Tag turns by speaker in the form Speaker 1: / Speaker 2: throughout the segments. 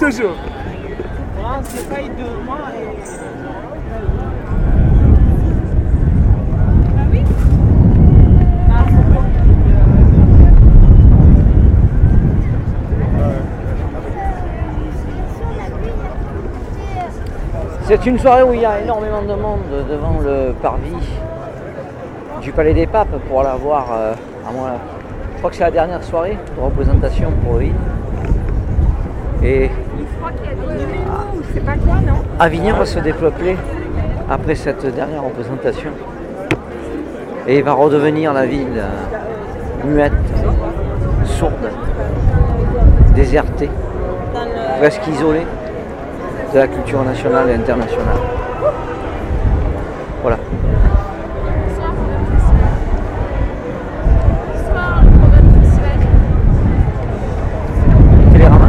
Speaker 1: Toujours.
Speaker 2: C'est pas de moi et...
Speaker 3: C'est une soirée où il y a énormément de monde devant le parvis du Palais des Papes pour aller voir, je crois que c'est la dernière soirée de représentation pour lui. Et
Speaker 2: Je crois qu'il y a des numéros ou je sais pas quoi, non?
Speaker 3: Avignon va se dépeupler après cette dernière représentation et va redevenir la ville muette, sourde, désertée, presque isolée de la culture nationale et internationale. Voilà. Télérama.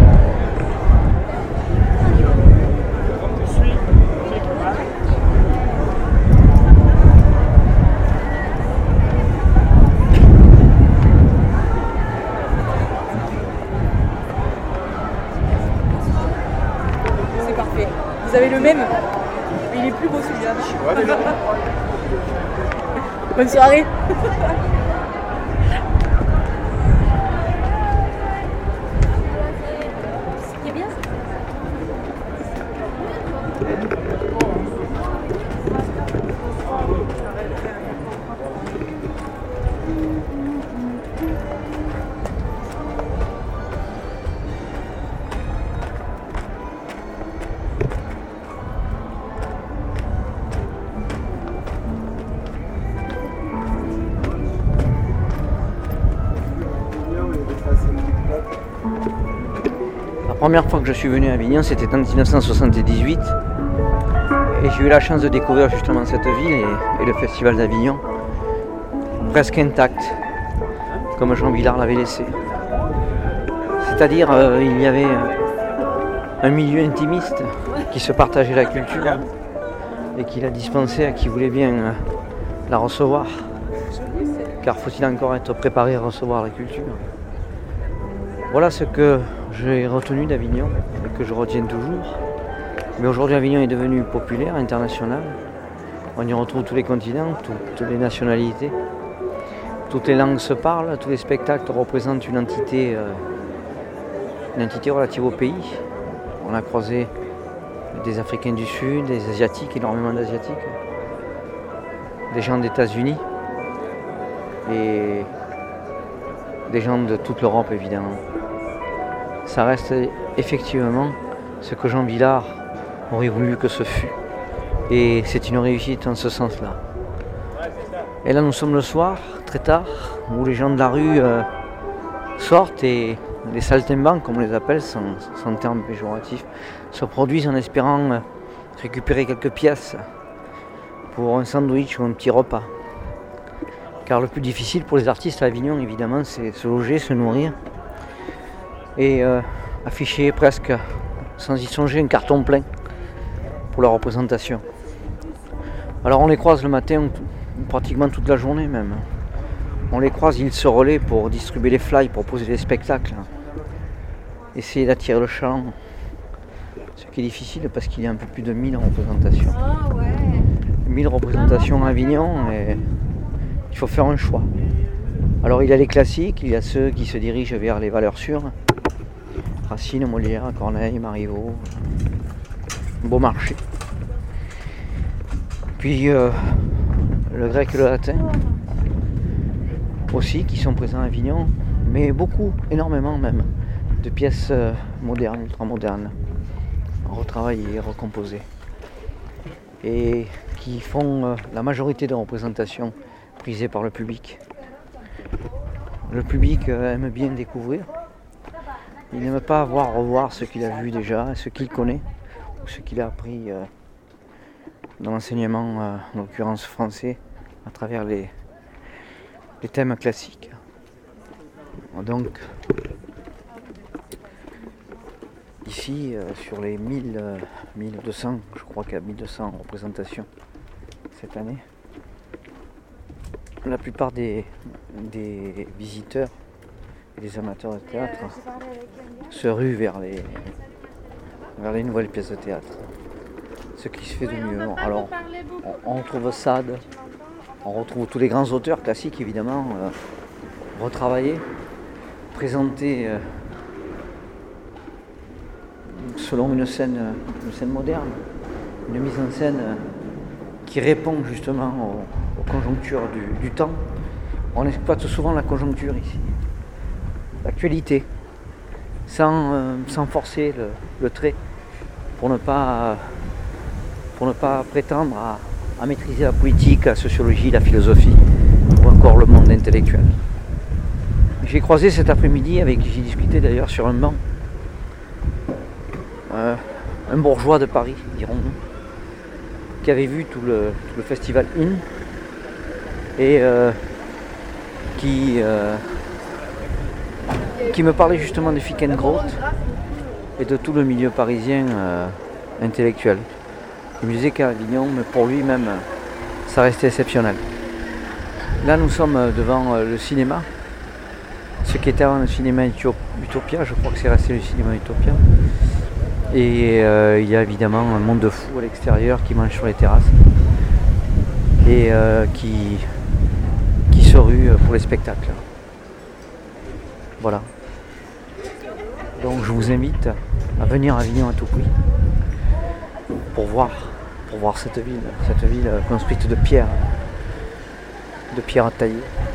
Speaker 2: C'est parfait. Vous avez le même. Il est plus beau celui-là. Bonne soirée. C'est bien.
Speaker 3: La première fois que je suis venu à Avignon, c'était en 1978. Et j'ai eu la chance de découvrir justement cette ville et le festival d'Avignon, presque intact, comme Jean Vilar l'avait laissé. C'est-à-dire, il y avait un milieu intimiste qui se partageait la culture et qui la dispensait à qui voulait bien la recevoir. Car faut-il encore être préparé à recevoir la culture? Voilà ce que j'ai retenu d'Avignon et que je retiens toujours. Mais aujourd'hui, Avignon est devenu populaire, international. On y retrouve tous les continents, toutes les nationalités. Toutes les langues se parlent, tous les spectacles représentent une entité relative au pays. On a croisé des Africains du Sud, des Asiatiques, énormément d'Asiatiques, des gens des États-Unis et des gens de toute l'Europe, évidemment. Ça reste effectivement ce que Jean Vilar aurait voulu que ce fût. Et c'est une réussite en ce sens-là. Et là, nous sommes le soir, très tard, où les gens de la rue sortent et les saltimbanques, comme on les appelle, sans terme péjoratif, se produisent en espérant récupérer quelques pièces pour un sandwich ou un petit repas. Car le plus difficile pour les artistes à Avignon, évidemment, c'est se loger, se nourrir et afficher presque, sans y songer, un carton plein pour la représentation. Alors on les croise le matin, pratiquement toute la journée même. On les croise, ils se relaient pour distribuer les flyers, pour poser des spectacles, essayer d'attirer le chaland. Ce qui est difficile parce qu'il y a un peu plus de 1000 représentations. 1000 représentations à Avignon et il faut faire un choix. Alors il y a les classiques, il y a ceux qui se dirigent vers les valeurs sûres. Racine, Molière, Corneille, Marivaux, Beaumarchais. Puis le grec et le latin aussi qui sont présents à Avignon, mais beaucoup, énormément même, de pièces modernes, ultramodernes, retravaillées, recomposées, et qui font la majorité des représentations prisées par le public. Le public aime bien découvrir. Il n'aime pas revoir ce qu'il a vu déjà, ce qu'il connaît, ou ce qu'il a appris dans l'enseignement, en l'occurrence français, à travers les thèmes classiques. Donc, ici, sur les 1200, je crois qu'il y a 1200 représentations cette année, la plupart des visiteurs et des amateurs de théâtre se ruent vers vers les nouvelles pièces de théâtre. Ce qui se fait de mieux. Alors, on retrouve Sade, on retrouve tous les grands auteurs classiques évidemment, retravaillés, présentés selon une scène moderne, une mise en scène qui répond justement aux conjonctures du temps. On exploite souvent la conjoncture ici, l'actualité, sans forcer le trait, pour ne pas prétendre à maîtriser la politique, la sociologie, la philosophie ou encore le monde intellectuel. J'ai croisé cet après-midi, j'ai discuté d'ailleurs sur un banc, un bourgeois de Paris, dirons-nous, qui avait vu tout le festival IN et qui me parlait justement de Fickenkraut et de tout le milieu parisien intellectuel. Il me disait qu'à Avignon, mais pour lui-même, ça restait exceptionnel. Là, nous sommes devant le cinéma, ce qui était avant le cinéma Utopia, je crois que c'est resté le cinéma Utopia. Et il y a évidemment un monde de fous à l'extérieur qui mange sur les terrasses et qui se rue pour les spectacles. Voilà. Donc je vous invite à venir à Avignon à tout prix pour voir cette ville construite de pierres taillées,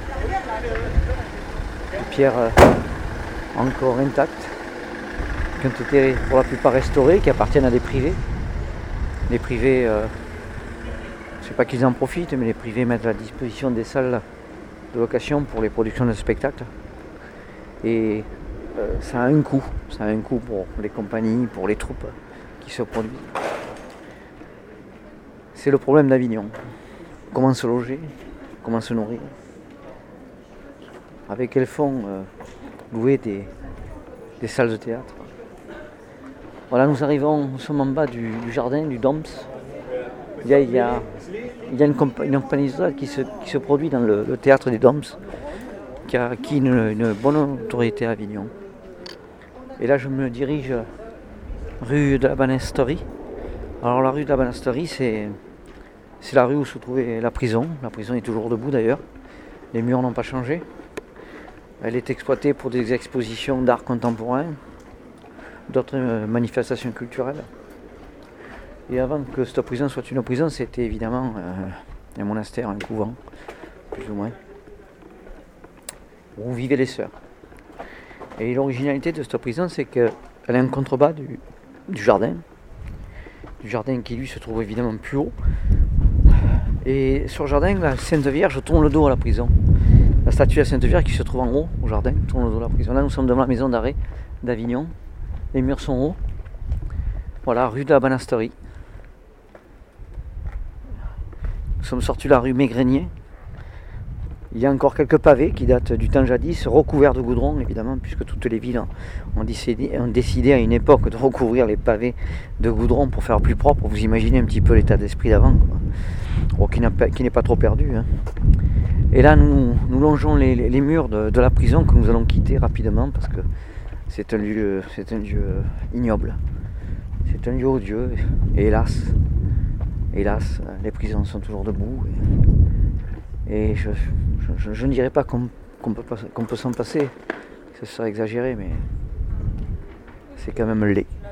Speaker 3: de pierres encore intactes, qui ont été pour la plupart restaurées, qui appartiennent à des privés. Les privés, je ne sais pas qu'ils en profitent, mais les privés mettent à disposition des salles de location pour les productions de spectacles. Et ça a un coût pour les compagnies, pour les troupes qui se produisent. C'est le problème d'Avignon. Comment se loger, comment se nourrir. Avec quels fonds louer des salles de théâtre. Voilà, nous sommes en bas du jardin, du DOMS. Il y a une compagnie qui se produit dans le théâtre des DOMS, qui a acquis une bonne autorité à Avignon. Et là, je me dirige rue de la Banasterie. Alors, la rue de la Banasterie, c'est la rue où se trouvait la prison. La prison est toujours debout d'ailleurs. Les murs n'ont pas changé. Elle est exploitée pour des expositions d'art contemporain, d'autres manifestations culturelles. Et avant que cette prison soit une prison, c'était évidemment un monastère, un couvent, plus ou moins, où vivaient les sœurs. Et l'originalité de cette prison, c'est qu'elle est en contrebas du jardin qui lui se trouve évidemment plus haut. Et sur le jardin, la Sainte Vierge tourne le dos à la prison. La statue de la Sainte Vierge qui se trouve en haut au jardin tourne le dos à la prison. Là, nous sommes devant la maison d'arrêt d'Avignon. Les murs sont hauts. Voilà, rue de la Banasterie. Nous sommes sortis de la rue Mégrénier. Il y a encore quelques pavés qui datent du temps jadis, recouverts de goudron évidemment, puisque toutes les villes ont décidé à une époque de recouvrir les pavés de goudron pour faire plus propre. Vous imaginez un petit peu l'état d'esprit d'avant, qui n'est pas trop perdu. Hein. Et là, nous longeons les murs de la prison que nous allons quitter rapidement parce que c'est un lieu ignoble. C'est un lieu odieux. Et hélas, les prisons sont toujours debout. Et je ne dirais pas qu'on peut s'en passer. Ce serait exagéré, mais c'est quand même laid.